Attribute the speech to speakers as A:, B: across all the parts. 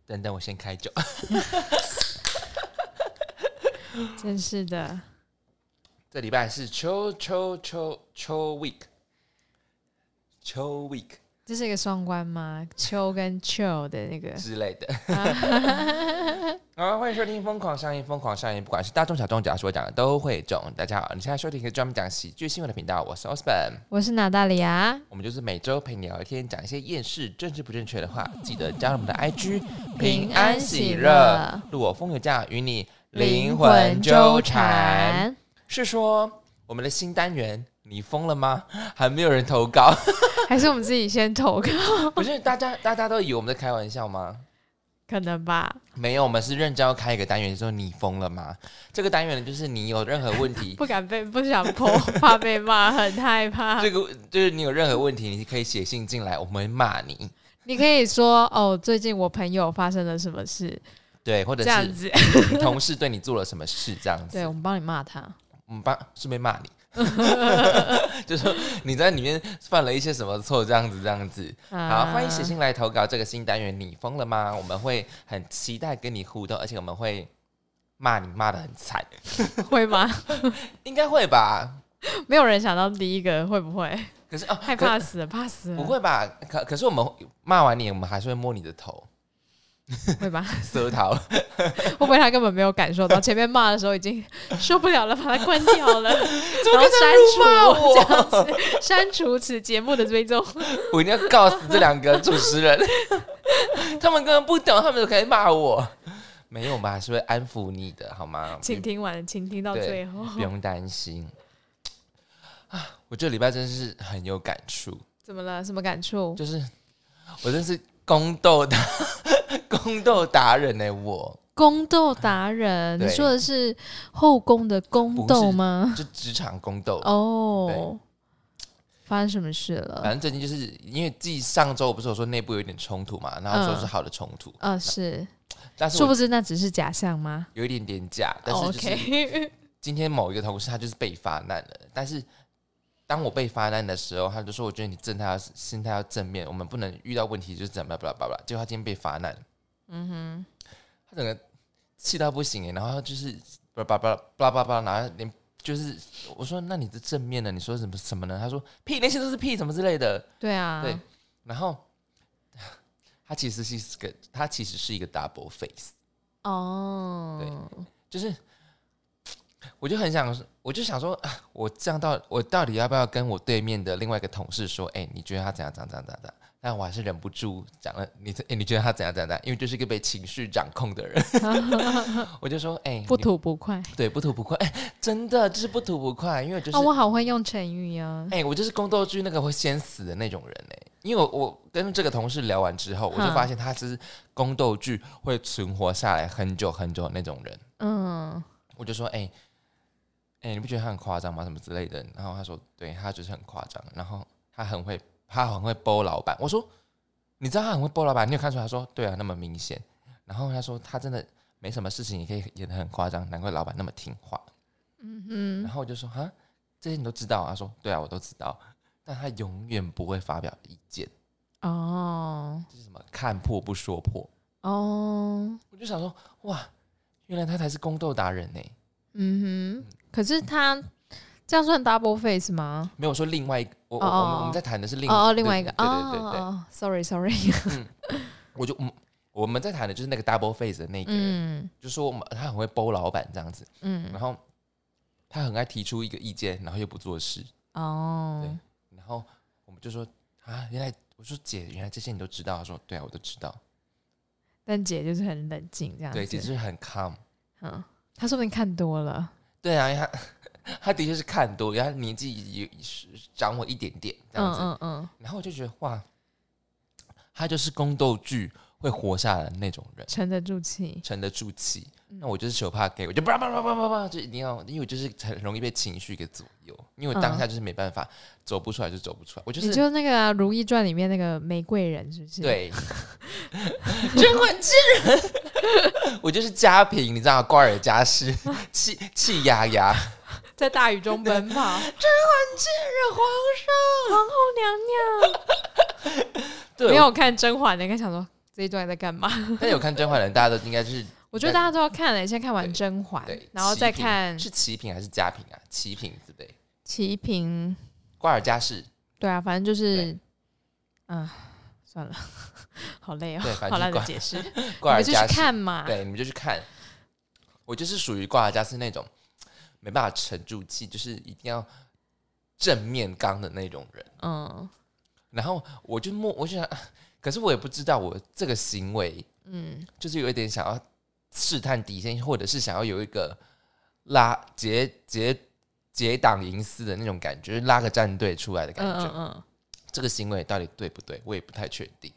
A: 等等，我先开酒。
B: 真是的。
A: 这礼拜是秋 week， 秋 week。
B: 这是一个双关吗？秋跟 chill 的那个
A: 之类的。好，欢迎收听《疯狂上映》，疯狂上映，不管是大众小众，只要是我讲的都会中。大家好，你现在收听一个专门讲喜剧新闻的频道，我是 Osborn，
B: 我是娜大里亚。
A: 我们就是每周陪你聊天，讲一些厌世、政治不正确的话。记得加入我们的 IG， 平安喜乐，路我风有价，与你灵魂纠缠。是说我们的新单元。你疯了吗？还没有人投稿，
B: 还是我们自己先投稿？
A: 不是，大家都以为我们在开玩笑吗？
B: 可能吧。
A: 没有，我们是认真要开一个单元，说你疯了吗？这个单元呢，就是你有任何问题，
B: 不想破，怕被骂，很害怕。
A: 这个就是你有任何问题，你可以写信进来，我们会骂你。
B: 你可以说哦，最近我朋友发生了什么事，
A: 对，或者是你同事对你做了什么事，这样子。
B: 对，我们帮你骂他，
A: 我们顺便骂你。就说你在里面犯了一些什么错，这样子。好，欢迎写信来投稿这个新单元。你疯了吗？我们会很期待跟你互动，而且我们会骂你骂得很惨。
B: 会吗？
A: 应该会吧。
B: 没有人想到第一个会不会？
A: 可是
B: 害怕死了，怕死了。
A: 不会吧？可是我们骂完你，我们还是会摸你的头。
B: 会吧？
A: 舌头
B: 会不会他根本没有感受到前面骂的时候已经受不了了，把它关掉了，然后删除此节目的追踪。
A: 我一定要告死这两个主持人，他们根本不懂，他们就可以骂我。没有，我们还是会安抚你的，好吗？
B: 请听完，请听到最后，
A: 不用担心。我这礼拜真是很有感触。
B: 怎么了？什么感触？
A: 就是我真是宫斗达人欸，我
B: 宫斗达人，你说的是后宫的宫斗吗？
A: 就职场宫斗
B: 哦。发生什么事了？
A: 反正最近就是因为继上周我不是有说内部有一点冲突嘛，然后说是好的冲突，
B: 是，
A: 但是
B: 殊不知那只是假象吗？
A: 有一点点假，但是就是今天某一个同事他就是被发难了，但是当我被发难的时候，他就说：“我觉得你心态要正面，我们不能遇到问题就是怎么巴拉巴拉。”结果他今天被发难，他整个气到不行然后他就是巴拉巴拉，然后连就是我说：“那你的正面呢？你说什么呢？”他说：“屁，那些都是屁，什么之类的。”
B: 对啊，
A: 对，然后他其实是一个 double face 哦，对，就是。我就想说，我到底要不要跟我对面的另外一个同事说，你觉得他怎样？但我还是忍不住讲了，你觉得他怎样？因为就是一个被情绪掌控的人，我就说，
B: 不吐不快，
A: 对，不吐不快，真的就是不吐不快，因为就是
B: 我好会用成语啊，
A: 我就是宫斗剧那个会先死的那种人因为我跟这个同事聊完之后，我就发现他是宫斗剧会存活下来很久很久的那种人，我就说，你不觉得他很夸张吗？什么之类的。然后他说，对，他就是很夸张。然后他很会包老板。我说，你知道他很会包老板？你有看出来？他说，对啊，那么明显。然后他说，他真的没什么事情也可以演得很夸张，难怪老板那么听话。然后我就说，这些你都知道？他说，对啊，我都知道。但他永远不会发表意见。就是什么看破不说破。我就想说，哇，原来他才是宫斗达人
B: 可是他这样算 double face 吗？
A: 没有说另外一个，我们在谈的是另外一个。
B: 对。Sorry。
A: 我们在谈的就是那个 double face 的那个人，就说他很会包老板这样子，然后他很爱提出一个意见，然后又不做事。对，然后我们就说原来我说姐，原来这些你都知道。他说对啊，我都知道。
B: 但姐就是很冷静这样子。
A: 对，姐就是很 calm。
B: 他说不定看多了。对
A: 啊，因为他的确是看多，他年纪也长我一点点这样子。然后我就觉得哇，他就是宫斗剧会活下来的那种人，
B: 沉得住气。
A: 那我就是手怕给，我就叭，就一定要，因为我就是很容易被情绪给左右，因为我当下就是没办法，走不出来就走不出来。我就是
B: 你就那个《如懿传》里面那个玫瑰人，是不是？
A: 对，甄嬛夫人，我就是嘉平，你知道瓜尔佳氏，气压压，
B: 在大雨中奔跑。甄嬛夫人，皇上，皇后娘娘。对，没有看甄嬛的，应该想说这一段在干嘛？
A: 但有看甄嬛的人，大家都应该是，
B: 我觉得大家都要看先看完甄嬛，然后再看
A: 是齐嫔还是嘉嫔啊？齐嫔对不对？
B: 齐嫔，
A: 瓜尔佳氏。
B: 对啊，反正就是算了，好累哦，好烂的解释。
A: 瓜尔佳氏，
B: 你们就去看嘛，
A: 对，你们就去看。我就是属于瓜尔佳氏那种没办法沉住气，就是一定要正面刚的那种人。然后我就想，可是我也不知道我这个行为，就是有一点想要试探底线，或者是想要有一个结党营私的那种感觉，拉个战队出来的感觉。这个行为到底对不对，我也不太确定。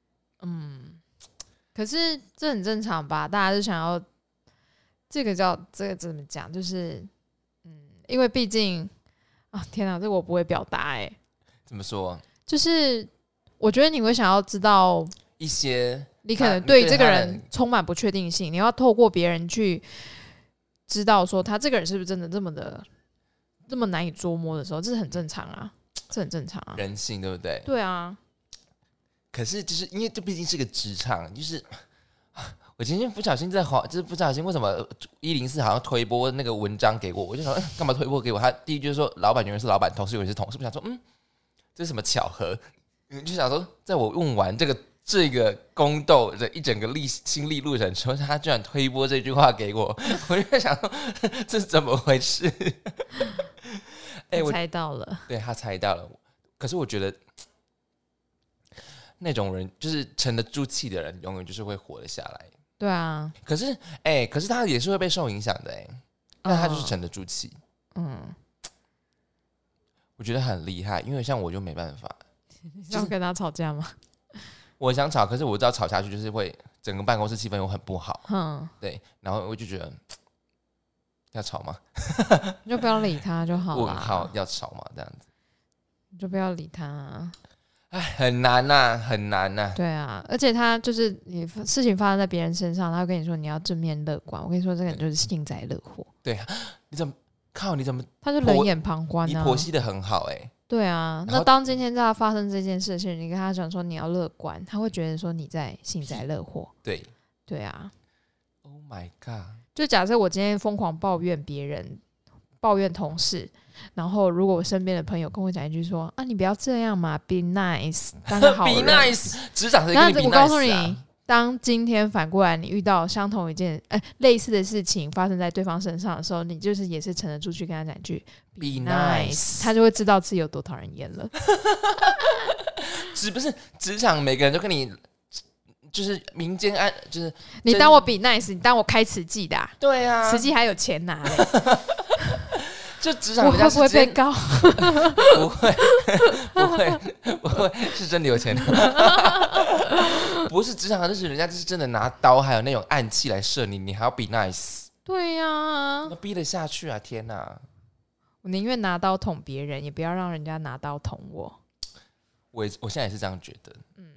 B: 可是这很正常吧？大家就想要这个怎么讲？就是因为毕竟天哪，这个我不会表达
A: 怎么说？
B: 就是我觉得你会想要知道
A: 一些，
B: 你可能对这个人充满不确定性，你要透过别人去知道说他这个人是不是真的这么难以捉摸的时候，这是很正常啊，这很正常啊，
A: 人性对不对？
B: 对啊。
A: 可是就是因为这毕竟是个职场，就是我今天不小心就是不小心为什么104好像推播那个文章给我，我就想干嘛推播给我？他第一句就是说老板永远是老板，同事永远是同事，我想说这是什么巧合？就想说在我问完这个宫斗的一整个心理路程之后，他居然推播这句话给我，我就想说这是怎么回事？
B: 我猜到了，
A: 对，他猜到了。可是我觉得那种人就是沉得住气的人，永远就是会活得下来。
B: 对啊，
A: 可是他也是会被受影响的但他就是沉得住气。我觉得很厉害，因为像我就没办法。
B: 你想跟他吵架吗？
A: 我想吵，可是我知道吵下去就是会整个办公室气氛又很不好。对，然后我就觉得要吵吗？
B: 你就不要理他就好了。
A: 问号要吵吗？这样子
B: 你就不要理他。
A: 很难呐，很难呐。
B: 对啊，而且他就是你事情发生在别人身上，他会跟你说你要正面乐观。我跟你说，这个人就是幸灾乐祸。
A: 对，你怎么？
B: 他就冷眼旁观啊！
A: 你剖析的很好
B: 对啊，那当今天在他发生这件事情，你跟他讲说你要乐观，他会觉得说你在幸灾乐祸。对啊。
A: Oh my god！
B: 就假设我今天疯狂抱怨别人，抱怨同事，然后如果我身边的朋友跟我讲一句说你不要这样嘛 ，be nice， 当个好人。
A: be nice， 职场谁跟你 be nice 啊？
B: 我告诉你，当今天反过来你遇到相同一件类似的事情发生在对方身上的时候，你就是也是沉得住去跟他讲一句 be nice， 他就会知道自己有多讨人厌了。
A: 不是职场每个人都跟你就是民间就是
B: 你当我 be nice， 你当我开慈济的
A: 对啊，
B: 慈济还有钱拿嘞。
A: 就职场
B: 我会不会被告？
A: 不会，是真的有钱。不是职场，就是人家就是真的拿刀还有那种暗器来射你，你还要 be nice。
B: 对啊，
A: 那逼得下去啊！天哪，
B: 我宁愿拿刀捅别人，也不要让人家拿刀捅我。
A: 我现在也是这样觉得。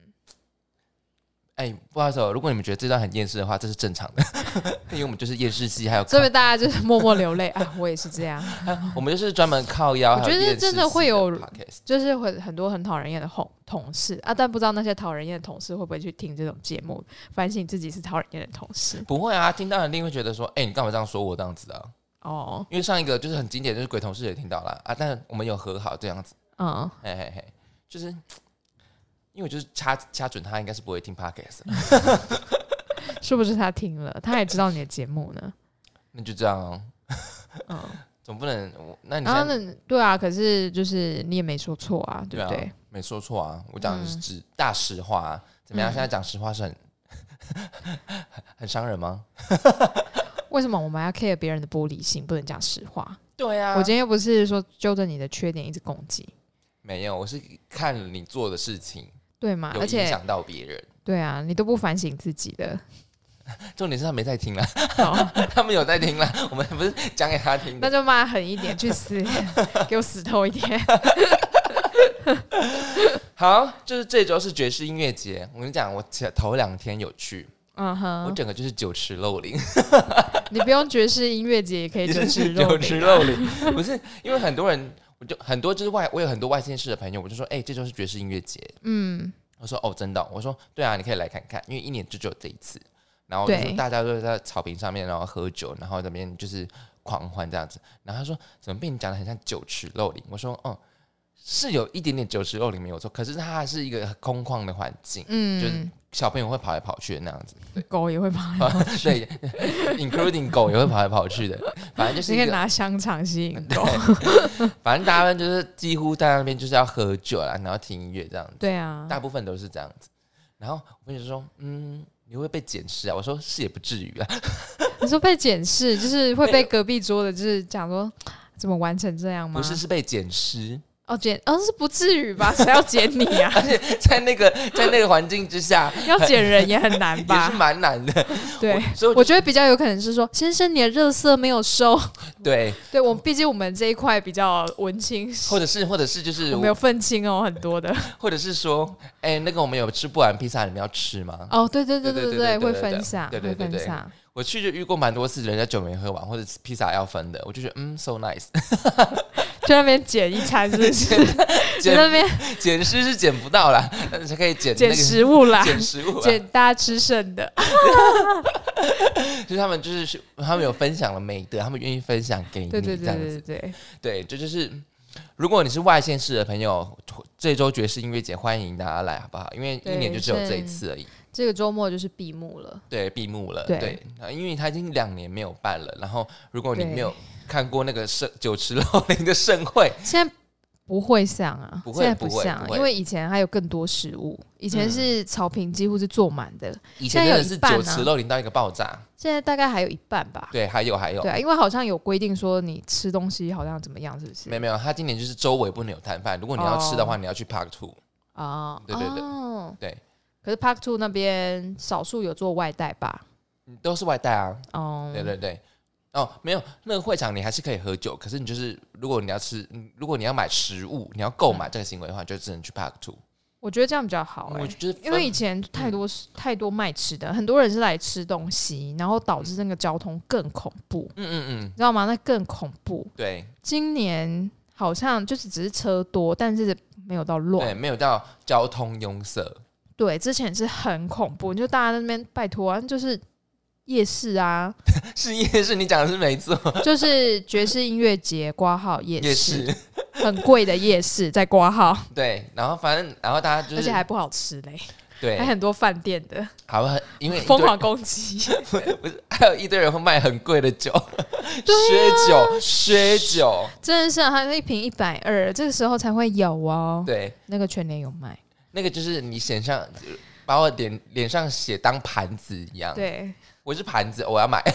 A: 不好意思如果你们觉得这段很厌世的话，这是正常的，因为我们就是厌世系，还有
B: 这边大家就是默默流泪我也是这样。
A: 我们就是专门靠腰。
B: 我觉得真的会有，就是很多很讨人厌的同事但不知道那些讨人厌的同事会不会去听这种节目，反省自己是讨人厌的同事。
A: 不会啊，听到一定会觉得说，你干嘛这样说我这样子因为上一个就是很经典，就是鬼同事也听到了但是我们有和好这样子。就是。因为我就是掐准他应该是不会听 podcast
B: 是不是他听了他也知道你的节目呢？
A: 那就这样总不能那你现在
B: 对啊，可是就是你也没说错对不对？
A: 没说错啊，我讲的是指大实话怎么样？现在讲实话是很伤人吗？
B: 为什么我们要 care 别人的玻璃心，不能讲实话？
A: 对啊，
B: 我今天又不是说揪着你的缺点一直攻击，
A: 没有，我是看了你做的事情。
B: 对嘛？
A: 有影响到别人。对
B: 啊，你都不反省自己的。
A: 重点是他没在听啦，他们有在听啦，我们不是讲给他听的。
B: 那就骂狠一点，去死，给我死透一点。
A: 好，就是这周是爵士音乐节，我跟你讲，我头2天有去，我整个就是酒池肉林。
B: 你不用爵士音乐节也可以酒池肉林。
A: 酒池肉林不是因为很多人。我有很多外县市的朋友，我就说，这周是爵士音乐节， 我说哦，真的哦？我说对啊，你可以来看看，因为1年就只有这一次。然后就是大家都在草坪上面，然后喝酒，然后这边就是狂欢这样子。然后他说怎么被你讲得很像酒池肉林？我说是有一点点酒池肉林没有错，可是它还是一个空旷的环境，就是小朋友会跑来跑去的那样子，
B: 狗也会跑来跑去，
A: 对，including 狗也会跑来跑去的，反正就是
B: 你可以拿香肠吸引狗，
A: 反正大家就是几乎在那边就是要喝酒啦，然后听音乐这样子，
B: 对啊，
A: 大部分都是这样子。然后我朋友就说，你会被检视啊？我说是也不至于啊。
B: 你说被检视，就是会被隔壁桌的，就是讲说怎么玩成这样吗？
A: 不是，是被检视。
B: 是不至于吧？谁要捡你啊？
A: 而且在那个环境之下，
B: 要捡人也很难吧？
A: 也是蛮难的。
B: 对，所以我觉得比较有可能是说，先生你的垃圾没有收。
A: 对，
B: 毕竟我们这一块比较文青，
A: 或者是就是
B: 我们有愤青哦，很多的。
A: 或者是说，那个我们有吃不完披萨，你们要吃吗？
B: 哦，对，会分享，
A: 对。我去就遇过蛮多次，人家酒没喝完，或者披萨要分的，我就觉得so nice。
B: 去那边捡一餐，是不是？去那边
A: 捡尸是捡不到啦，但是可以捡
B: 食物啦，
A: 捡食物，
B: 捡大家吃剩的。
A: 就是他们有分享了美德，他们愿意分享给你，这样子。对，这就是如果你是外县市的朋友，这周爵士音乐节欢迎大家来，好不好？因为1年就只有这一次而已。
B: 这个周末就是闭幕了，
A: 对，闭幕了，对，因为他已经2年没有办了。然后，如果你没有看过那个酒池肉林的盛会，
B: 现在不会像啊，
A: 不会，
B: 现在不像，因为以前还有更多食物，以前是草坪几乎是坐满的，
A: 以前真的是酒池肉林到一个爆炸，
B: 现在大概还有一半吧。
A: 对，还有，
B: 对啊，因为好像有规定说你吃东西好像怎么样，是不是？
A: 没有，他今年就是周围不能有摊贩，如果你要吃的话，你要去 Park 2。对。
B: 可是 Park 2那边少数有做外带吧？
A: 都是外带啊。对。没有，那个会场你还是可以喝酒，可是你就是如果你要吃，如果你要买食物，你要购买这个行为的话，就只能去 Park 2。我
B: 觉得这样比较好，我觉得因为以前太多卖吃的，很多人是来吃东西，然后导致那个交通更恐怖。你知道吗？那更恐怖。对，今年好像就是只是车多，但是没有到乱，
A: 对，没有到交通拥塞。
B: 对，之前是很恐怖，就大家在那边拜托啊，就是夜市啊，
A: 是夜市，你讲的是没错，
B: 就是爵士音乐节挂号夜市，很贵的夜市在挂号。
A: 对，然后大家就是，
B: 而且还不好吃嘞，
A: 对，
B: 还很多饭店的，
A: 好，因为
B: 疯狂攻击，
A: 不是，还有一堆人会卖很贵的酒，薛酒，
B: 真的是啊，它一瓶120，这个时候才会有哦。
A: 对，
B: 那个全年有卖。
A: 那个就是你把我脸上写当盘子一样，
B: 对，
A: 我是盘子，我要买。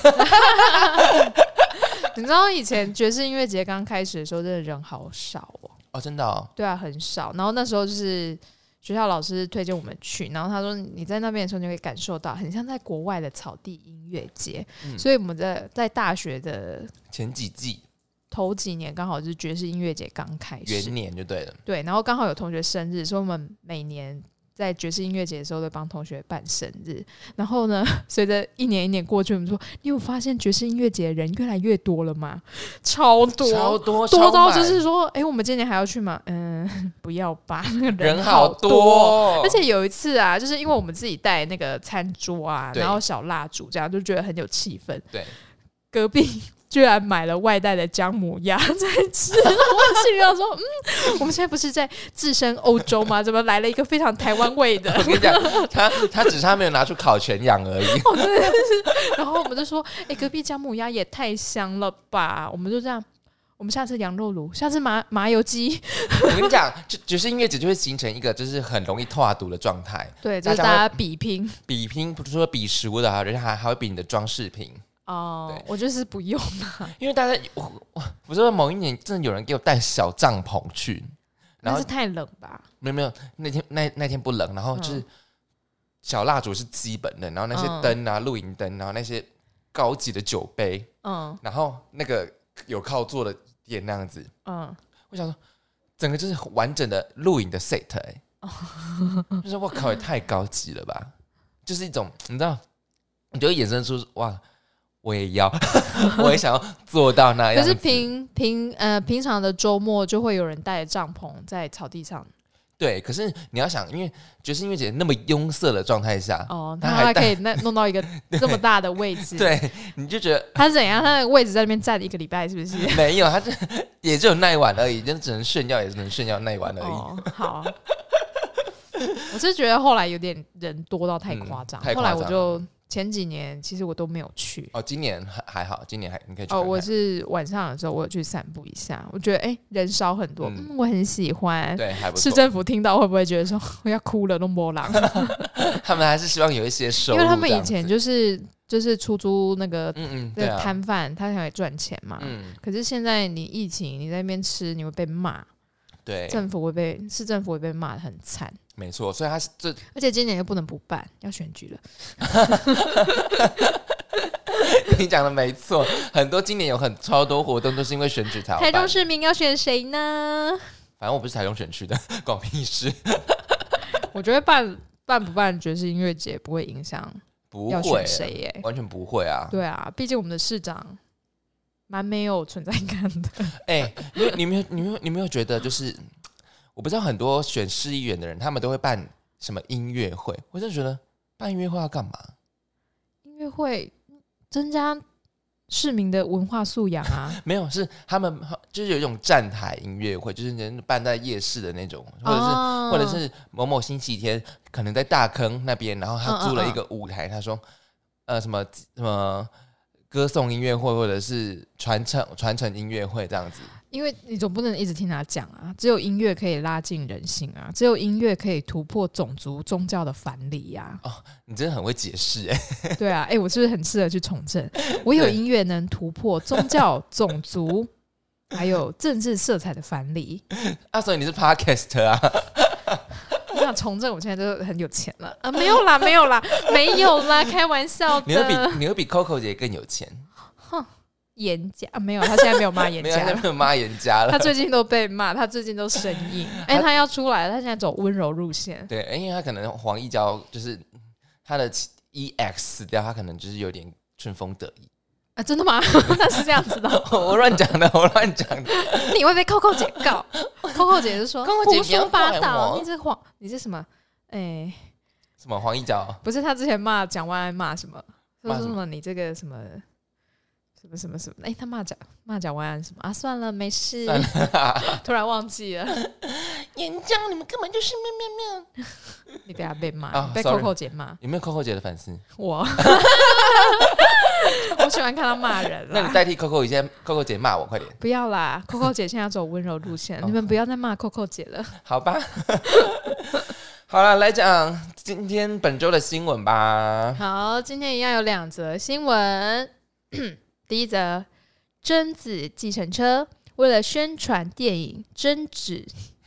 B: 你知道以前爵士音乐节刚开始的时候，真的人好少哦。
A: 真的哦。
B: 对啊，很少。然后那时候就是学校老师推荐我们去，然后他说你在那边的时候，你会感受到很像在国外的草地音乐节。所以我们在大学的
A: 前几季。
B: 头几年刚好就是爵士音乐节刚开始，
A: 元年就对了。对，
B: 然后刚好有同学生日，所以我们每年在爵士音乐节的时候都帮同学办生日。然后呢，随着一年一年过去，我们说你有发现爵士音乐节的人越来越多了吗？超多到就是说，我们今年还要去吗？不要吧，人好多。而且有一次啊，就是因为我们自己带那个餐桌啊，然后小蜡烛，这样就觉得很有气氛。对，隔壁居然买了外带的姜母鸭在吃，我心里想说，我们现在不是在置身欧洲吗？怎么来了一个非常台湾味的？
A: 我跟你讲，他只是他没有拿出烤全羊而已。
B: 真的是。然后我们就说，隔壁姜母鸭也太香了吧！我们就这样，我们下次羊肉炉，下次麻油鸡。
A: 我跟你讲，就是音乐节就会形成一个就是很容易脱毒的状态。
B: 对，就是大家比拼，
A: 不是说比食物的，人家还会比你的装饰品。
B: 我就是不用嘛，
A: 因为大家我说某一年真的有人给我带小帐篷去，
B: 那是太冷吧？
A: 没有，那天不冷，然后就是小蜡烛是基本的，然后那些灯啊，露营灯，然后那些高级的酒杯，然后那个有靠座的店那样子，我想说整个就是完整的露营的 set，就是我靠，也太高级了吧？就是一种你知道，你就会衍生出哇。我也要，我也想要做到那样子。
B: 可是平常的周末就会有人带着帐篷在草地上
A: 对，可是你要想，因为爵士音乐节那么拥塞的状态下，
B: 他还可以弄到一个这么大的位置，
A: 对，你就觉得
B: 他怎样？他的位置在那边站1个礼拜，是不是？
A: 没有，他也只有那一晚而已，就只能炫耀，也只能炫耀那一晚而已。
B: 好，我是觉得后来有点人多到太夸张，后来我就前几年其实我都没有去。
A: 今年还好，今年你可以去看看。
B: 我是晚上的时候我有去散步一下，我觉得人少很多，我很喜欢。
A: 对，还不错。
B: 市政府听到会不会觉得说我要哭了，都没人？
A: 他们还是希望有一些收入，
B: 因为他们以前就是出租那个摊贩，他想赚钱嘛。可是现在你疫情，你在那边吃，你会被骂。对，市政府会被骂得很惨。
A: 没错，所以他是
B: 而且今年又不能不办，要选举了。
A: 你讲的没错，很多今年有超多活动都是因为选举才有办。
B: 台中市民要选谁呢？
A: 反正我不是台中选区的，关我屁事。
B: 我觉得办不办爵士音乐节不会影响，要选谁耶？
A: 完全不会啊。
B: 对啊，毕竟我们的市长蛮没有存在感的。
A: 你没有觉得就是我不知道很多选市议员的人，他们都会办什么音乐会？我真的觉得办音乐会要干嘛？
B: 音乐会增加市民的文化素养啊。
A: 没有，是他们就是有一种站台音乐会，就是人办在夜市的那种，或者是某某星期天可能在大坑那边，然后他租了一个舞台，他说什么歌颂音乐会，或者是传承音乐会这样子。
B: 因为你总不能一直听他讲啊，只有音乐可以拉近人心啊，只有音乐可以突破种族宗教的藩篱啊。
A: 你真的很会解释
B: 对啊，我是不是很适合去从政？我有音乐能突破宗教、种族还有政治色彩的藩篱。
A: 所以你是 Podcaster 啊？
B: 我想从政，我现在都很有钱了啊！没有啦，开玩笑的。
A: 你会比 Coco 姐更有钱？
B: 哼。严家没有，他现在没有骂严家，
A: 没有骂严家了。
B: 他最近都被骂，他最近都生硬。他要出来了，他现在走温柔路线。
A: 对，因为他可能黄义交就是他的 EX 死掉，他可能就是有点春风得意
B: 啊！真的吗？他是这样子的？
A: 我乱讲的。
B: 你会被 Coco 姐告？Coco 姐就说
A: ：“Coco 姐
B: 胡说八道，你是什么？
A: 什么黄义交？
B: 不是他之前骂蒋万安骂什么？说什么你这个什么？”什么？他骂蒋万安什么啊？算了，没事。突然忘记了。
A: 岩浆，你们根本就是喵。
B: 你等下被骂，被 Coco 姐骂。
A: 有没有 Coco 姐的粉丝？
B: 我喜欢看她骂人啦。
A: 那你代替 Coco 姐骂我，快点。
B: 不要啦 ，Coco 姐现在走温柔路线，你们不要再骂 Coco 姐了。
A: 好吧。好了，来讲今天本周的新闻吧。
B: 好，今天一样有2则新闻。第一则，贞子计程车为了宣传电影贞子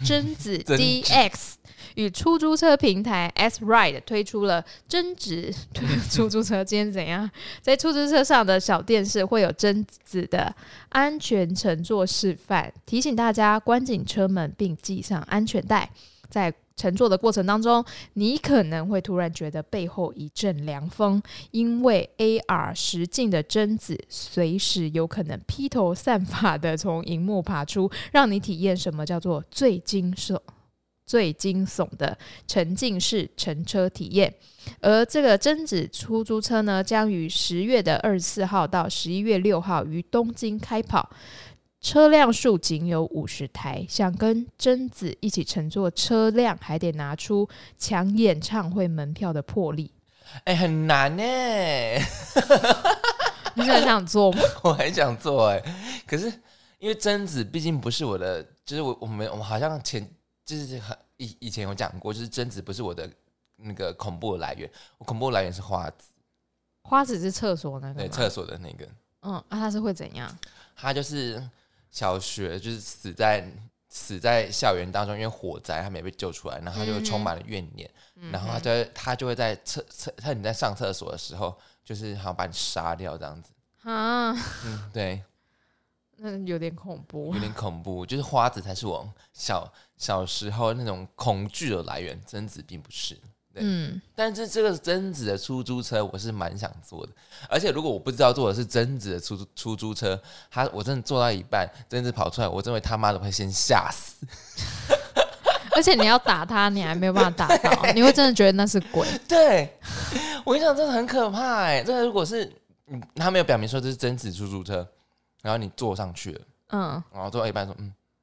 B: DX 与出租车平台 S-Ride 推出了贞子出租车。今天怎样？在出租车上的小电视会有贞子的安全乘坐示范，提醒大家关紧车门并系上安全带。在乘坐的过程当中，你可能会突然觉得背后一阵凉风，因为 AR 实境的贞子随时有可能披头散发的从荧幕爬出，让你体验什么叫做最惊悚的沉浸式乘车体验。而这个贞子出租车呢，将于10月24号到11月6号于东京开跑。车辆数仅有50台，想跟贞子一起乘坐车辆，还得拿出抢演唱会门票的魄力。
A: 很难耶。
B: 你是很想做吗？
A: 我很想做可是因为贞子毕竟不是我的，就是我们好像就是以前有讲过，就是贞子不是我的那个恐怖的来源，我恐怖的来源是花子。
B: 花子是厕所那个吗？
A: 对，厕所的那个。
B: 他是会怎样？他
A: 就是小学就是死在校园当中，因为火灾他没被救出来，然后他就充满了怨念，然后他就会在你在上厕所的时候，就是好像把你杀掉这样子啊。对，
B: 那有点恐怖，
A: 就是花子才是我小时候那种恐惧的来源，贞子并不是。但是这个贞子的出租车我是蛮想坐的，而且如果我不知道坐的是贞子的出租车，我真的坐到一半，贞子跑出来，我真的他妈的会先吓死。
B: 而且你要打他，你还没有办法打到，你会真的觉得那是鬼。
A: 对，我跟你讲，真的很可怕哎！这个如果是他没有表明说这是真子出租车，然后你坐上去了，然后坐到一半说，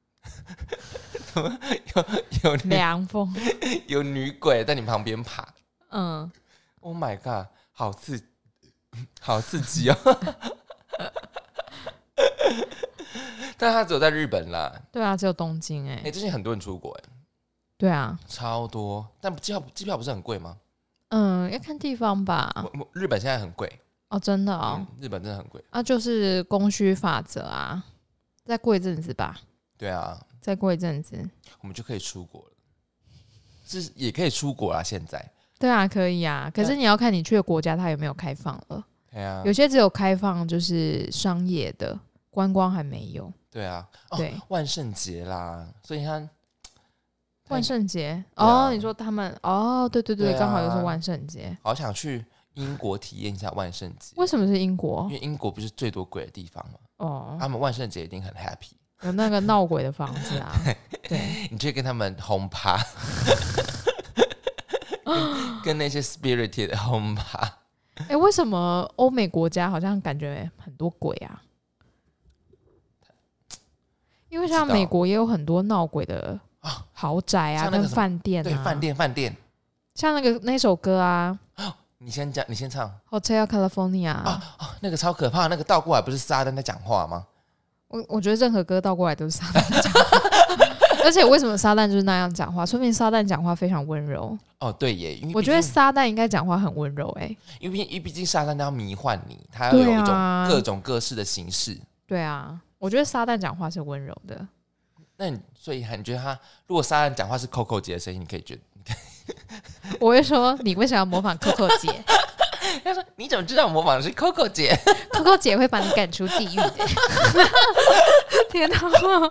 A: 有
B: 凉风，
A: 有女鬼在你旁边爬，Oh my god， 好刺激哦！但他只有在日本啦。
B: 对啊，只有东京
A: 最近很多人出国
B: 对啊，
A: 超多。但机票不是很贵吗？
B: 要看地方吧。
A: 日本现在很贵
B: 哦，真的哦。
A: 日本真的很贵
B: 啊，就是供需法则啊，再过一阵子吧。
A: 对啊，
B: 再过一阵子
A: 我们就可以出国了。是也可以出国啦，现在。
B: 对啊，可以啊。可是你要看你去的国家它有没有开放了。
A: 对啊，
B: 有些只有开放就是商业的，观光还没有。
A: 对啊，
B: 对，
A: 万圣节啦，所以他
B: 万圣节你说他们对，刚好又是万圣节，
A: 好想去英国体验一下万圣节。
B: 为什么是英国？
A: 因为英国不是最多鬼的地方吗？他们万圣节一定很 happy，
B: 有那个闹鬼的房子啊。对，
A: 你去跟他们轰趴，跟那些 spirited 的轰趴。
B: 为什么欧美国家好像感觉很多鬼啊？因为像美国也有很多闹鬼的豪宅啊，跟饭店啊。
A: 对，饭店。
B: 像那首歌啊，
A: 你先讲，你先唱。
B: Hotel California
A: 那个超可怕，那个倒过来不是撒旦在讲话吗？
B: 我觉得任何歌倒过来都是撒旦在讲话。而且为什么撒旦就是那样讲话？说明撒旦讲话非常温柔。
A: 对耶，因为
B: 我觉得撒旦应该讲话很温柔
A: 因为毕竟撒旦要迷幻你，他要有一种各种各式的形式。
B: 对啊，我觉得撒旦讲话是温柔的。
A: 那所以你觉得他如果撒旦讲话是 Coco 姐的声音，你可以觉得？
B: 我会说你为什么要模仿 Coco 姐？
A: 他说你怎么知道我模仿的是 Coco 姐
B: ？Coco 姐会把你赶出地狱的。天哪！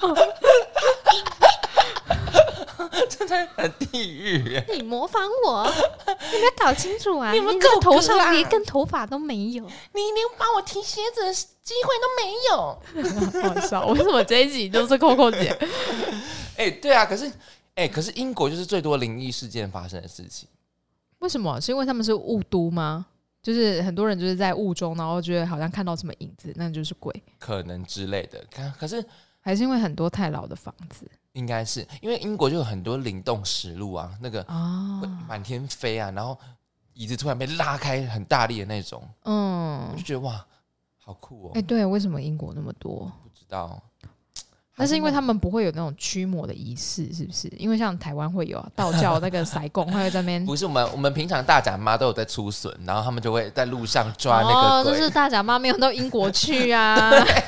A: 真的很地狱！
B: 你模仿我，你没有搞清楚啊！
A: 你们
B: 头上连根头发都没有，
A: 你连帮我提鞋子的机会都没有。
B: 好笑！为什么这一集都是 Coco 姐？
A: 对啊，可是英国就是最多灵异事件发生的事情。
B: 为什么？是因为他们是雾都吗？就是很多人就是在雾中，然后觉得好像看到什么影子，那就是鬼，
A: 可能之类的。可是
B: 还是因为很多太老的房子。
A: 应该是因为英国就有很多灵动实录啊，那个会满天飞啊，然后椅子突然被拉开很大力的那种，我就觉得哇，好酷哦！
B: 对，为什么英国那么多？
A: 不知道，
B: 那是因为他们不会有那种驱魔的仪式，是不是？因为像台湾会有道教那个塞贡会在那边，
A: 不是我们平常大甲妈都有在出巡，然后他们就会在路上抓那个鬼。
B: 就是大甲妈没有到英国去啊。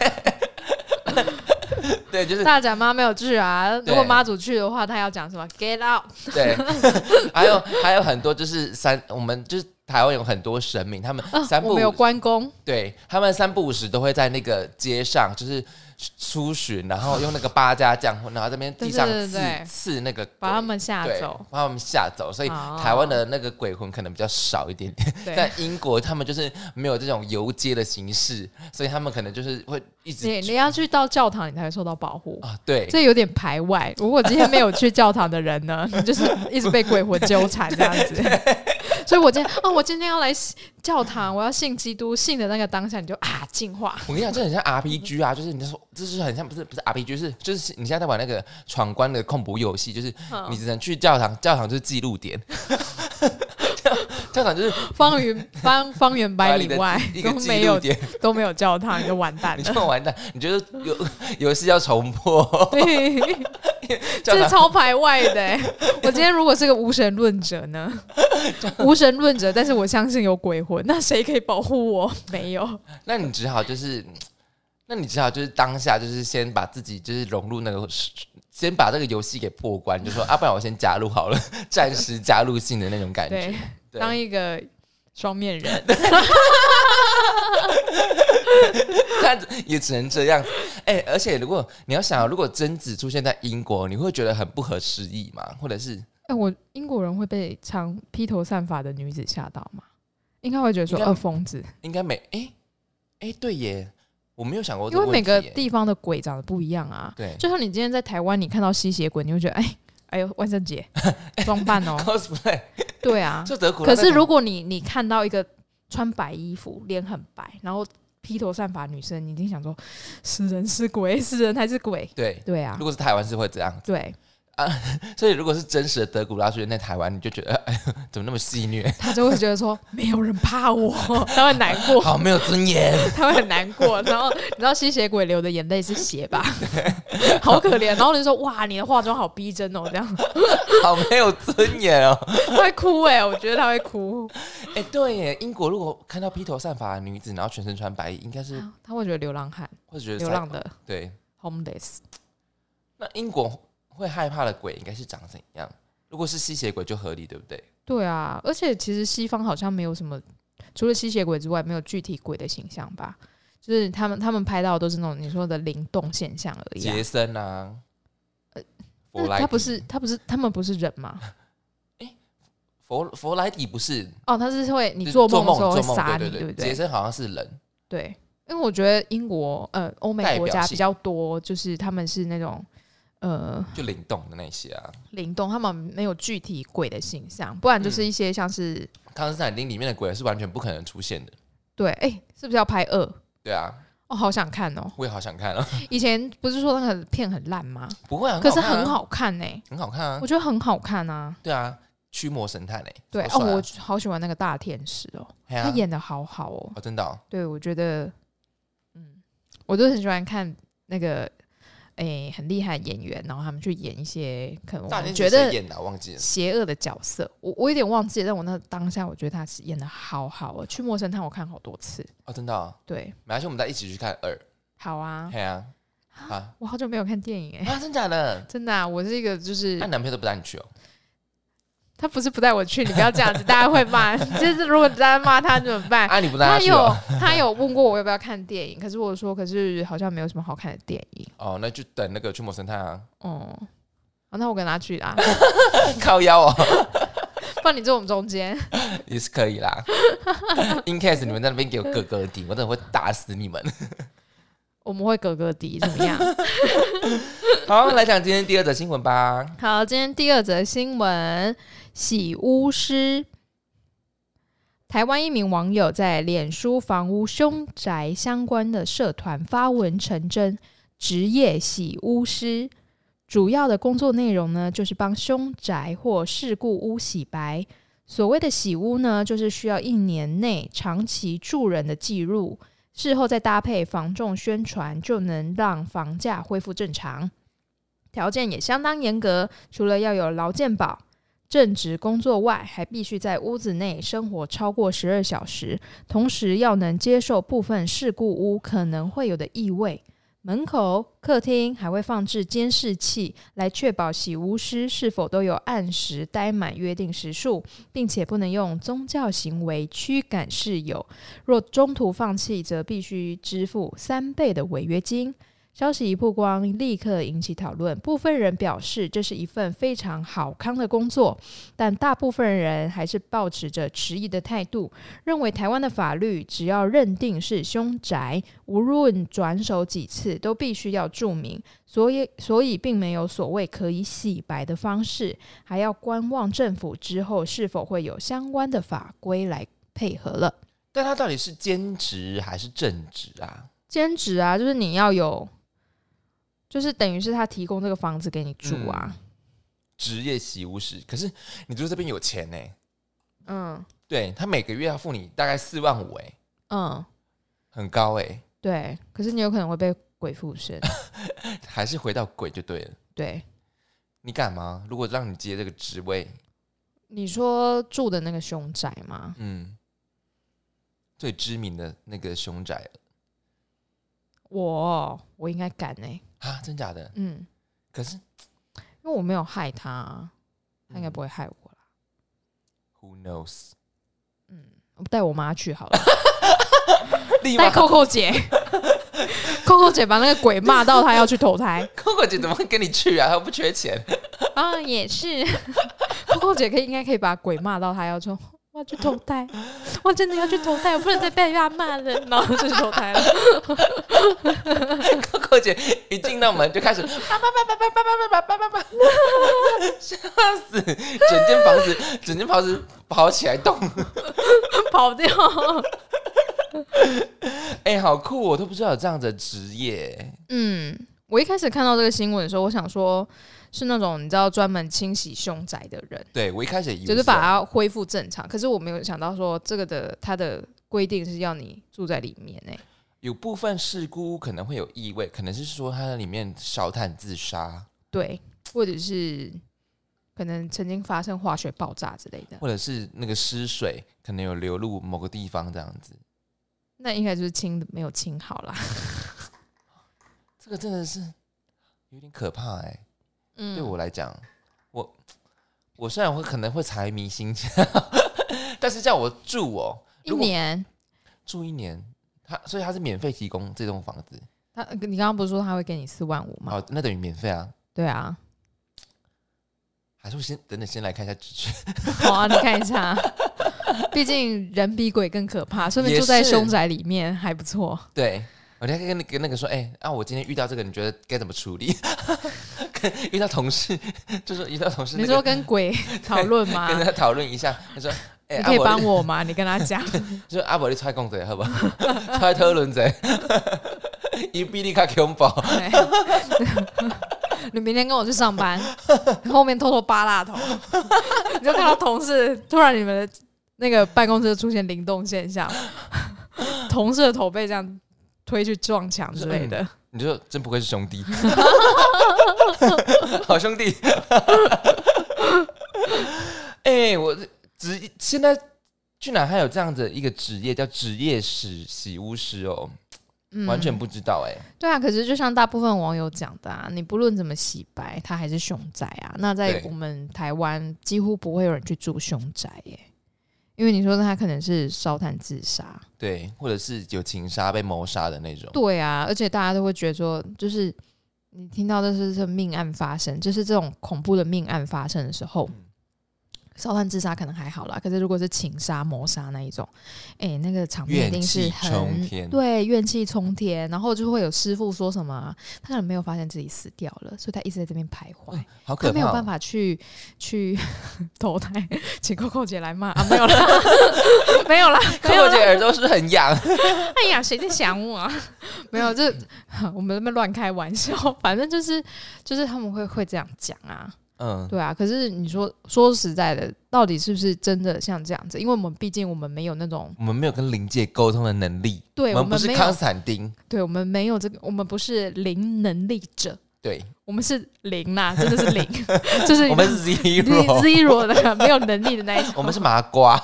A: 对，就是
B: 大甲妈没有去啊。如果妈祖去的话，她要讲什么 ？Get out！
A: 对，还有很多就是我们就是台湾有很多神明，他们
B: 我们有关公，
A: 对他们3不5时都会在那个街上就是出巡，然后用那个八家将，然后这边地上刺那个鬼，
B: 把他们吓走，
A: 把他们吓走。所以台湾的那个鬼魂可能比较少一点点，但英国他们就是没有这种游街的形式，所以他们可能就是会一直
B: 你要去到教堂，你才会受到保护
A: 啊。对，
B: 这有点排外。如果今天没有去教堂的人呢，你就是一直被鬼魂纠缠这样子。所以我今天要来教堂，我要信基督，信的那个当下你就进化。
A: 我跟你讲，这很像 RPG 啊，就是你说这是很像不是 RPG，就是你现在在玩那个闯关的控捕游戏，就是你只能去教堂，教堂就是记录点。教堂就是方圆百里外都没有教堂，你就完蛋了。 你就完蛋，你觉得游戏要重播？
B: 对，这是超排外的。我今天如果是个无神论者呢？无神论者，但是我相信有鬼魂，那谁可以保护我？没有。
A: 那你只好就是当下就是先把自己就是融入那个。先把这个游戏给破关，就说不然我先加入好了，暂时加入性的那种感觉，
B: 对，当一个双面人，
A: 看也只能这样子。而且如果你要想，如果贞子出现在英国，你会觉得很不合时宜吗？或者是
B: 英国人会被常披头散发的女子吓到吗？应该会觉得说疯子，
A: 应该没对耶。我没有想过这个问题，
B: 因为每个地方的鬼长得不一样啊。
A: 对，
B: 就像你今天在台湾，你看到吸血鬼，你会觉得哎呦，万圣节装扮哦
A: ，cosplay，
B: 对啊，
A: 就德古拉。
B: 可是如果你看到一个穿白衣服、脸很白，然后披头散发女生，你一定想说是人是鬼，是人还是鬼？
A: 对
B: 对啊，
A: 如果是台湾是会这样子，
B: 对
A: 啊，所以如果是真实的德古拉出现在台湾，你就觉得哎呦怎么那么戏虐？
B: 他就会觉得说没有人怕我，他会难过，
A: 好没有尊严，
B: 他会很难过。然后你知道吸血鬼流的眼泪是血吧？好可怜。然后你就说哇，你的化妆好逼真哦，这样
A: 好没有尊严哦，
B: 他会哭我觉得他会哭。
A: 对耶，英国如果看到披头散发的女子，然后全身穿白衣，应该是
B: 他会觉得流浪汉，
A: 会觉得
B: 流浪的，
A: 对
B: ，homeless。
A: 那英国会害怕的鬼应该是长怎样？如果是吸血鬼就合理，对不对？
B: 对啊，而且其实西方好像没有什么，除了吸血鬼之外，没有具体鬼的形象吧？就是他们拍到的都是那种你说的灵动现象而已。
A: 杰森啊，
B: 他们不是人吗？
A: 佛莱迪不是
B: 哦，他是会你做梦的时候会杀你，
A: 对
B: 对不对？
A: 杰森好像是人，
B: 对，因为我觉得英国欧美国家比较多，就是他们是那种
A: 就灵动的那些啊，
B: 灵动，他们没有具体鬼的形象，不然就是一些像是
A: 康斯坦丁里面的鬼是完全不可能出现的。
B: 对，是不是要拍2？
A: 对啊，
B: 好想看哦！
A: 我也好想看哦。
B: 以前不是说那个片很烂吗？
A: 不会啊，
B: 可是很好看呢，
A: 很好看啊！
B: 我觉得很好看啊。
A: 对啊，驱魔神探
B: 对
A: 啊
B: 我好喜欢那个大天使哦，他演的好好哦。
A: 真的哦。
B: 对，我觉得，我就很喜欢看那个很厉害的演员，然后他们去演一些可能我觉得邪恶的角色。我有点忘记了，但我那当下我觉得他是演的好好哦。驱魔神探我看好多次
A: 哦，真的哦。
B: 对，
A: 没关系，我们再一起去看2。
B: 好啊，
A: 对啊。
B: 我好久没有看电影
A: 真假的？
B: 真的啊，我是一个就是
A: 男朋友都不带你去哦。
B: 他不是不带我去，你不要这样子，大家会骂。就是如果大家骂他怎么办？
A: 你不带他去哦。
B: 他有问过我要不要看电影，可是我说，可是好像没有什么好看的电影。
A: 哦，那就等那个驱魔神探啊。
B: 那我跟他去啦。
A: 靠腰哦。
B: 不然你坐我们中间
A: 也是可以啦。In case 你们在那边给我咯咯滴，我真的会打死你们。
B: 我们会咯咯滴怎么样？
A: 好，来讲今天第2则新闻吧。
B: 好，今天第2则新闻，洗屋师。台湾一名网友在脸书房屋凶宅相关的社团发文成真，职业洗屋师。主要的工作内容呢，就是帮凶宅或事故屋洗白。所谓的洗屋呢，就是需要1年内长期住人的记录，事后再搭配房仲宣传，就能让房价恢复正常。条件也相当严格，除了要有劳健保、正职工作外，还必须在屋子内生活超过12小时，同时要能接受部分事故屋可能会有的异味。门口、客厅还会放置监视器，来确保洗屋师是否都有按时待满约定时数，并且不能用宗教行为驱赶室友。若中途放弃，则必须支付3倍的违约金。消息一曝光，立刻引起讨论。部分人表示这是一份非常好康的工作，但大部分人还是抱持着迟疑的态度，认为台湾的法律只要认定是凶宅，无论转手几次都必须要注明，所以并没有所谓可以洗白的方式，还要观望政府之后是否会有相关的法规来配合了。
A: 但他到底是兼职还是正职啊？
B: 兼职啊，就是你要有，就是等于是他提供这个房子给你住啊。
A: 职业洗屋师，可是你住这边有钱呢。对，他每个月要付你大概4万5，很高
B: 对，可是你有可能会被鬼附身，
A: 还是回到鬼就对了。
B: 对，
A: 你敢吗？如果让你接这个职位，
B: 你说住的那个凶宅吗？
A: 最知名的那个凶宅了。
B: 我应该敢
A: 真假的？可是
B: 因为我没有害他，他应该不会害我啦。
A: Who knows？
B: 我带我妈去好了，
A: 带
B: Coco 姐，Coco 姐把那个鬼骂到她要去投胎。
A: Coco 姐怎么会跟你去啊？她不缺钱
B: 啊，也是。Coco 姐应该可以把鬼骂到她要说。我要去投胎，我真的要去投胎，我不能再被他骂了，然后就去投胎了。
A: Coco 姐一进到门就开始叭叭叭叭叭叭叭叭叭叭， 吓死！整间房子跑起来动，
B: 跑掉。
A: 好酷，我都不知道有这样的职业。
B: 我一开始看到这个新闻的时候，我想说是那种你知道专门清洗凶宅的人。
A: 对，我一开始也以为
B: 就是把它恢复正常，可是我没有想到说这个它的规定是要你住在里面
A: 有部分事故可能会有异味，可能是说它在里面烧炭自杀，
B: 对，或者是可能曾经发生化学爆炸之类的，
A: 或者是那个湿水可能有流入某个地方这样子。
B: 那应该就是没有清好啦。
A: 这个真的是有点可怕对我来讲，我虽然可能会财迷心窍，但是叫我住
B: 1年
A: 住1年，所以他是免费提供这栋房子。
B: 你刚刚不是说他会给你4万5吗？
A: 那等于免费啊。
B: 对啊，
A: 还是我等等先来看一下职缺。
B: 好啊，你看一下。毕竟人比鬼更可怕，顺便住在凶宅里面还不错。
A: 对，我还可以跟那个说，我今天遇到这个，你觉得该怎么处理？遇到同事，就是遇到同事、你
B: 说跟鬼讨论吗？
A: 跟他讨论一下，他说：“
B: 你可以帮我吗？”你跟他讲，
A: 就阿伯你出来讲者好不好？出来讨论者，伊比你较恐怖。
B: 你明天跟我去上班，后面偷偷扒拉头，你就看到同事突然你们的那个办公室出现灵动现象，同事的头被这样推去撞墙之类的。
A: 你就真不愧是兄弟，好兄弟。我现在居然还有这样的一个职业叫职业洗屋师完全不知道
B: 对啊，可是就像大部分网友讲的你不论怎么洗白，它还是凶宅啊。那在我们台湾几乎不会有人去住凶宅因为你说他可能是烧炭自杀，
A: 对，或者是有情杀被谋杀的那种。
B: 对啊，而且大家都会觉得说，就是你听到的是命案发生，就是这种恐怖的命案发生的时候。烧炭自杀可能还好啦，可是如果是情杀谋杀那一种那个场面一定是怨气冲天，然后就会有师傅说什么他可能没有发现自己死掉了，所以他一直在这边徘徊，
A: 好可怕他
B: 没有办法去投胎，请Coco姐来骂没有啦没有啦
A: Coco姐耳朵是很痒
B: 哎呀谁在想我没有，这我们在那边乱开玩笑，反正就是他们会这样讲对啊，可是你说实在的，到底是不是真的像这样子？因为毕竟我们没有那种，
A: 我们没有跟灵界沟通的能力，
B: 对，
A: 我们不是康斯坦丁，
B: 对，我们没有这个，我们不是零能力者，
A: 对，
B: 我们是零真的是零，就是
A: 我们是 zero
B: 的没有能力的那一种，
A: 我们是麻瓜，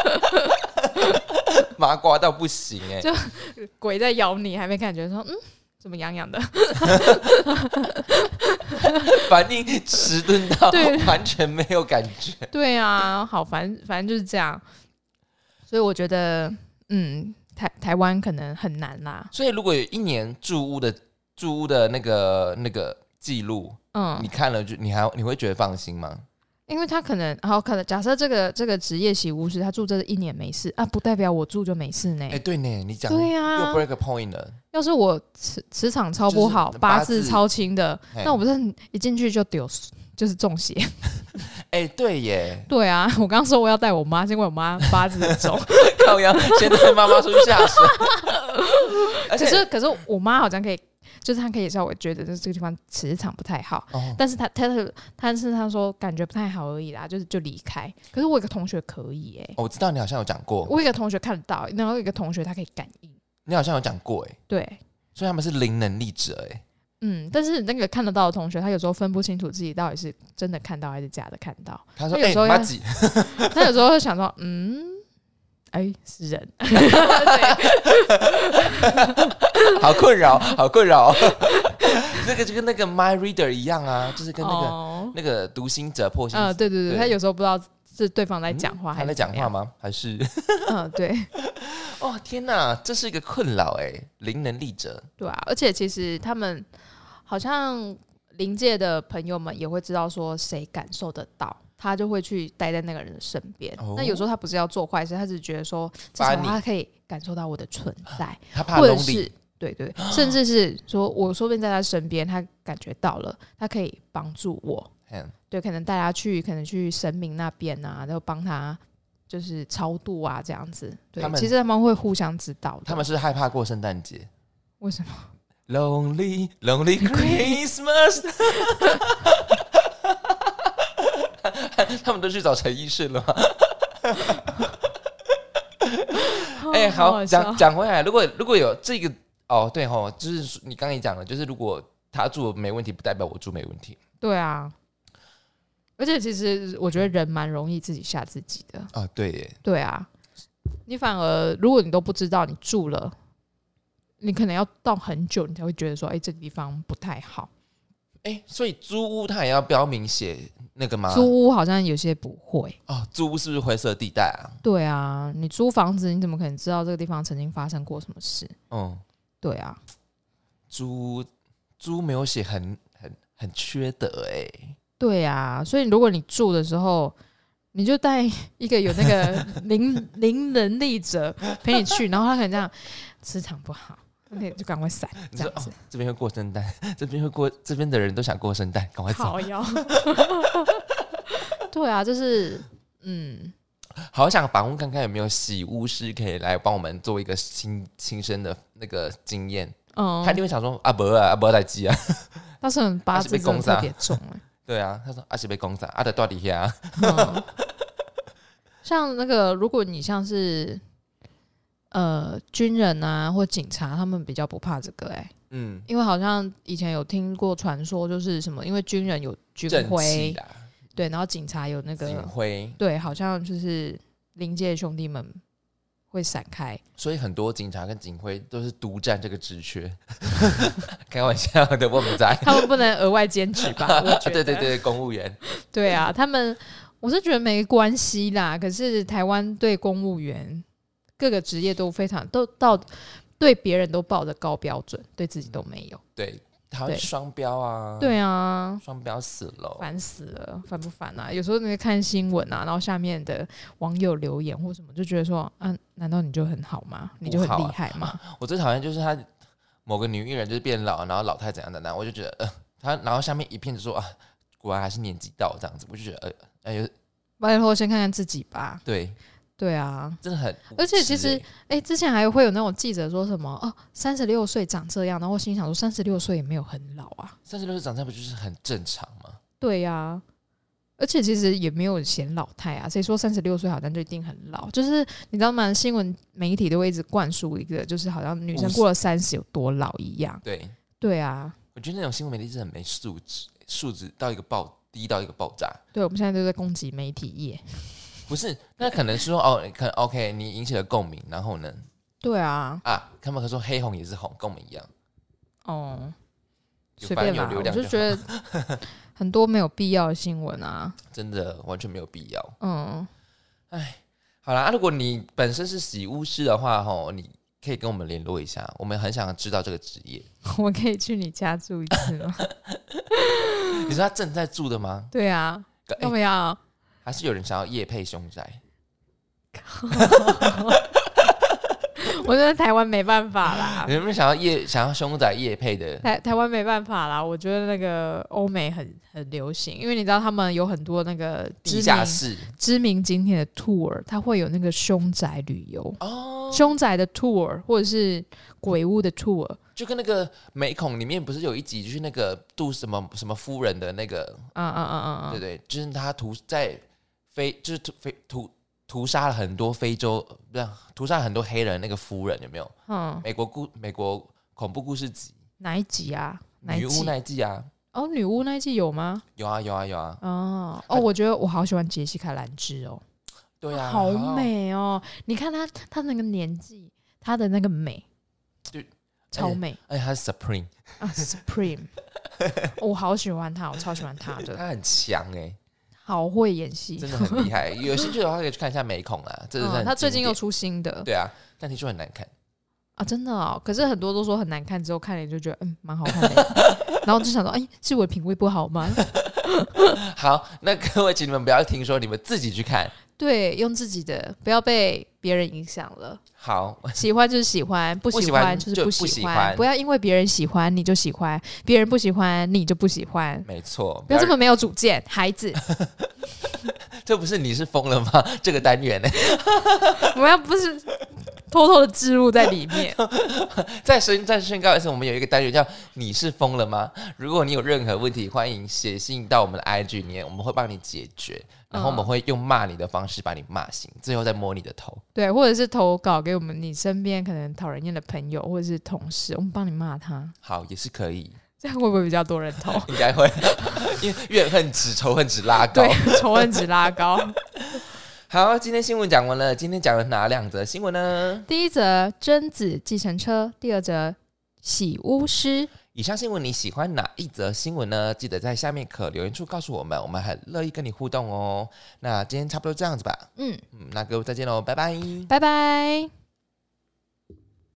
A: 麻瓜到不行
B: 就鬼在咬你，还没感觉说怎么痒痒的
A: 反应迟钝到完全没有感觉。
B: 对啊，好，反正就是这样，所以我觉得台湾可能很难啦。
A: 所以如果有1年住屋的那个记录你看了你会觉得放心吗？
B: 因为他可能假设这个职业洗屋师他住这1年没事不代表我住就没事呢。
A: 对呢，你讲
B: 对啊，
A: 又 break a point 了。
B: 要是我磁场超不好，八字超轻的，那我不是一进去就丢，就是中邪。
A: 对耶。
B: 对啊，我刚刚说我要带我妈，因为我妈八字很重，
A: 靠腰，先带妈妈出去下水。
B: 可是我妈好像可以。就是他可以稍微觉得这个地方磁场不太好，但是他说感觉不太好而已啦，就离开。可是我有个同学可以
A: 我知道你好像有讲过，
B: 我有一个同学看得到，然后有一个同学他可以感应，
A: 你好像有讲过
B: 对，
A: 所以他们是零能力者
B: 但是那个看得到的同学，他有时候分不清楚自己到底是真的看到还是假的看到。
A: 他说：“
B: 他有时候会想说，是人，
A: 好困扰，好困扰。这个就跟那个 My Reader 一样啊，就是跟那个读心者破心者。
B: 对，他有时候不知道是对方在讲话，还是
A: 他在讲话吗？还是
B: 对。
A: 天哪，这是一个困扰零能力者。
B: 对啊，而且其实他们好像灵界的朋友们也会知道说谁感受得到。他就会去待在那个人的身边。那有时候他不是要做坏事，他只是觉得说，至少他可以感受到我的存在，
A: 他怕
B: 或者是甚至是说，我说不定在他身边，他感觉到了，他可以帮助我， 对，可能带他去，可能去神明那边啊，然后帮他就是超度啊这样子。对，其实他们会互相知道的。
A: 他们是害怕过圣诞节，
B: 为什么
A: ？Lonely Lonely Christmas 他们都去找陈奕迅了吗？好，讲回来，如果有这个对吼，就是你刚才讲的，就是如果他住没问题，不代表我住没问题。
B: 对啊，而且其实我觉得人蛮容易自己吓自己的
A: 啊。对耶，
B: 对啊，你反而如果你都不知道你住了，你可能要到很久，你才会觉得说，这个地方不太好。
A: 所以租屋它也要标明写那个吗？
B: 租屋好像有些不会
A: 租屋是不是灰色地带啊？
B: 对啊，你租房子你怎么可能知道这个地方曾经发生过什么事？对啊，
A: 租没有写很缺德
B: 对啊，所以如果你住的时候，你就带一个有那个零能力者陪你去，然后他可能这样磁场不好。OK， 就赶快闪，这样子。
A: 这边会过圣诞，这边的人都想过圣诞，赶快走。
B: 好哟。对啊，就是
A: 好想访问看看有没有洗屋师可以来帮我们做一个亲身的那个经验。他一定会想说没代志啊。
B: 但是八字真的特别重
A: 对啊，他说是被攻杀，在到底下。
B: 像那个，如果你像是。军人啊或警察他们比较不怕这个因为好像以前有听过传说，就是什么，因为军人有军徽，对，然后警察有那个
A: 警徽，
B: 对，好像就是临界的兄弟们会闪开，
A: 所以很多警察跟警徽都是独占这个职缺。开玩笑的，我们在，
B: 他们不能额外兼职吧？我觉得
A: 对，公务员，
B: 对啊，他们我是觉得没关系啦，可是台湾对公务员。各个职业都非常对别人都抱着高标准，对自己都没有。
A: 对，他会双标啊。
B: 对啊，
A: 双标死了，
B: 烦死了，烦不烦啊？有时候你看新闻啊，然后下面的网友留言或什么，就觉得说，难道你就很好吗？你就很厉害吗？
A: 我最讨厌就是他某个女艺人就是变老，然后老态怎样的，我就觉得他，然后下面一片就说果然还是年纪到这样子，我就觉得
B: 拜托先看看自己吧。对啊，
A: 真的很，
B: 而且其实，之前还会有那种记者说什么36岁长这样，然后我心想说36岁也没有很老啊
A: ，36岁长这样不就是很正常吗？
B: 对啊，而且其实也没有显老态啊，谁说36岁好像就一定很老？就是你知道吗？新闻媒体都会一直灌输一个，就是好像女生过了30有多老一样。对啊，
A: 我觉得那种新闻媒体是很没素质，素质到一个低到一个爆炸。
B: 对，我们现在都在攻击媒体业。
A: 不是，那可能是说可能 OK， 你引起了共鸣，然后呢？
B: 对啊，
A: 他们可说黑红也是红，跟我们一样。
B: 随便吧，我就觉得很多没有必要的新闻啊，
A: 真的完全没有必要。好啦，如果你本身是洗屋师的话，你可以跟我们联络一下，我们很想知道这个职业。
B: 我可以去你家住一次吗？
A: 你说他正在住的吗？
B: 对啊，要不要？
A: 还是有人想要业配凶宅？
B: 我觉得台湾没办法啦。
A: 有没有想要凶宅业配的？
B: 台湾没办法啦。我觉得那个欧美很流行，因为你知道他们有很多那个
A: 地下室
B: 知名景点的 tour， 它会有那个凶宅旅游凶宅的 tour 或者是鬼屋的 tour。
A: 就跟那个美恐里面不是有一集就是那个杜什么什么夫人的那个，对，就是他就是屠杀了很多非洲，不是屠杀了很多黑人那个夫人，有没有？美国恐怖故事集
B: 哪一集啊？
A: 女巫那一季啊？
B: 女巫那一季有吗？
A: 有啊。
B: 我觉得我好喜欢杰西卡兰芝哦。
A: 对啊，
B: 好美哦！你看她那个年纪，她的那个美，超美。
A: 她是
B: Supreme 我好喜欢她，我超喜欢她的。
A: 她很强
B: 好会演戏，
A: 真的很厉害。有兴趣的话可以去看一下美恐啊，这是
B: 他最近又出新的。
A: 对啊，但听说很难看
B: 真的哦。可是很多都说很难看，之后看了就觉得蛮好看的。然后就想说，是我的品味不好吗？
A: 好，那各位请你们不要听说，你们自己去看。
B: 对，用自己的，不要被别人影响了。
A: 好，
B: 喜欢就是喜欢，不喜欢就是不喜欢，不要因为别人喜欢你就喜欢，别人不喜欢你就不喜欢。
A: 没错，
B: 不要这么没有主见，孩子。
A: 这不是你是疯了吗？这个单元呢、
B: 我们要不是偷偷的置入在里面。
A: 再宣告一次，我们有一个单元叫“你是疯了吗”？如果你有任何问题，欢迎写信到我们的 IG 里面，我们会帮你解决。然后我们会用骂你的方式把你骂醒，最后再摸你的头。
B: 对，或者是投稿给我们你身边可能讨人厌的朋友或者是同事，我们帮你骂他。
A: 好，也是可以。
B: 这样会不会比较多人投？
A: 应该会，因为怨恨值、仇恨值拉高。
B: 对，仇恨值拉高。
A: 好，今天新闻讲完了。今天讲了哪2则新闻呢？
B: 第一则贞子计程车，第2则洗屋师。
A: 以上新闻你喜欢哪一则新闻呢？记得在下面可留言处告诉我们，我们很乐意跟你互动哦。那今天差不多这样子吧。那各位再见喽，拜拜，
B: 拜拜。